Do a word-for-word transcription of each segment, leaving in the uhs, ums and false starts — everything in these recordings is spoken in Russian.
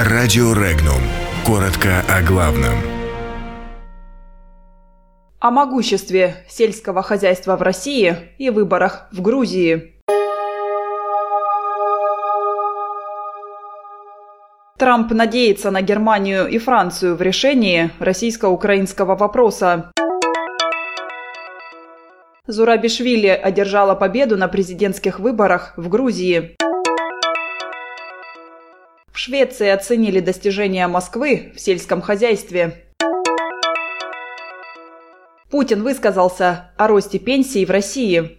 Радио Регнум. Коротко о главном. О могуществе сельского хозяйства в России и выборах в Грузии. Трамп надеется на Германию и Францию в решении российско-украинского вопроса. Зурабишвили одержала победу на президентских выборах в Грузии. В Швеции оценили достижения Москвы в сельском хозяйстве. Путин высказался о росте пенсий в России.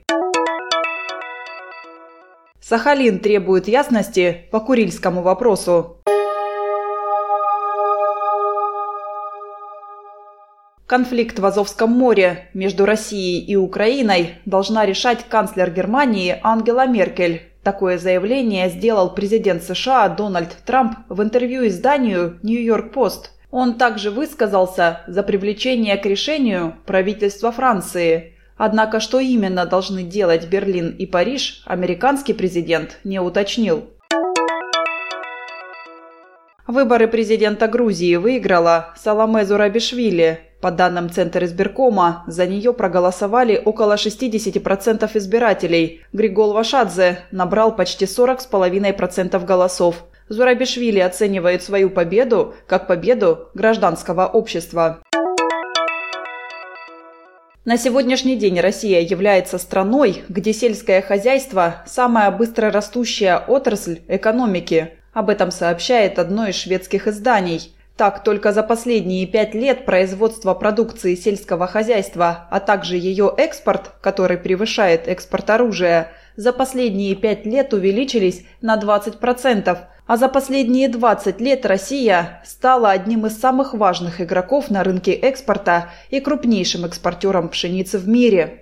Сахалин требует ясности по Курильскому вопросу. Конфликт в Азовском море между Россией и Украиной должна решать канцлер Германии Ангела Меркель. Такое заявление сделал президент США Дональд Трамп в интервью изданию «Нью-Йорк Пост». Он также высказался за привлечение к решению правительства Франции. Однако, что именно должны делать Берлин и Париж, американский президент не уточнил. Выборы президента Грузии выиграла Саломе Зурабишвили. По данным Центра избиркома, за нее проголосовали около шестьдесят процентов избирателей. Григол Вашадзе набрал почти сорок целых пять десятых процента голосов. Зурабишвили оценивает свою победу как победу гражданского общества. На сегодняшний день Россия является страной, где сельское хозяйство – самая быстрорастущая отрасль экономики. Об этом сообщает одно из шведских изданий. Так, только за последние пять лет производство продукции сельского хозяйства, а также ее экспорт, который превышает экспорт оружия, за последние пять лет увеличились на двадцать процентов, а за последние двадцать лет Россия стала одним из самых важных игроков на рынке экспорта и крупнейшим экспортером пшеницы в мире.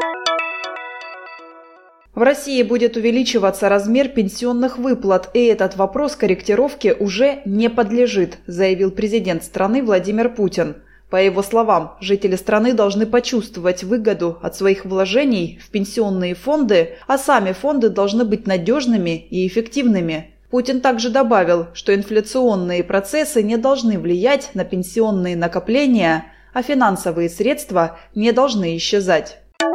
В России будет увеличиваться размер пенсионных выплат, и этот вопрос корректировке уже не подлежит, заявил президент страны Владимир Путин. По его словам, жители страны должны почувствовать выгоду от своих вложений в пенсионные фонды, а сами фонды должны быть надежными и эффективными. Путин также добавил, что инфляционные процессы не должны влиять на пенсионные накопления, а финансовые средства не должны исчезать.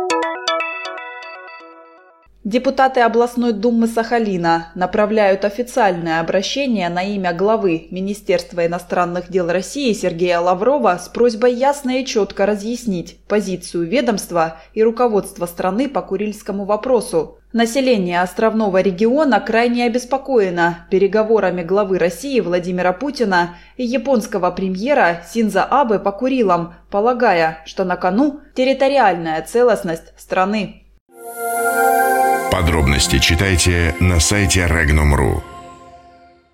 Депутаты областной думы Сахалина направляют официальное обращение на имя главы Министерства иностранных дел России Сергея Лаврова с просьбой ясно и четко разъяснить позицию ведомства и руководства страны по Курильскому вопросу. Население островного региона крайне обеспокоено переговорами главы России Владимира Путина и японского премьера Синдзо Абэ по Курилам, полагая, что на кону территориальная целостность страны. Подробности читайте на сайте регнум точка ру.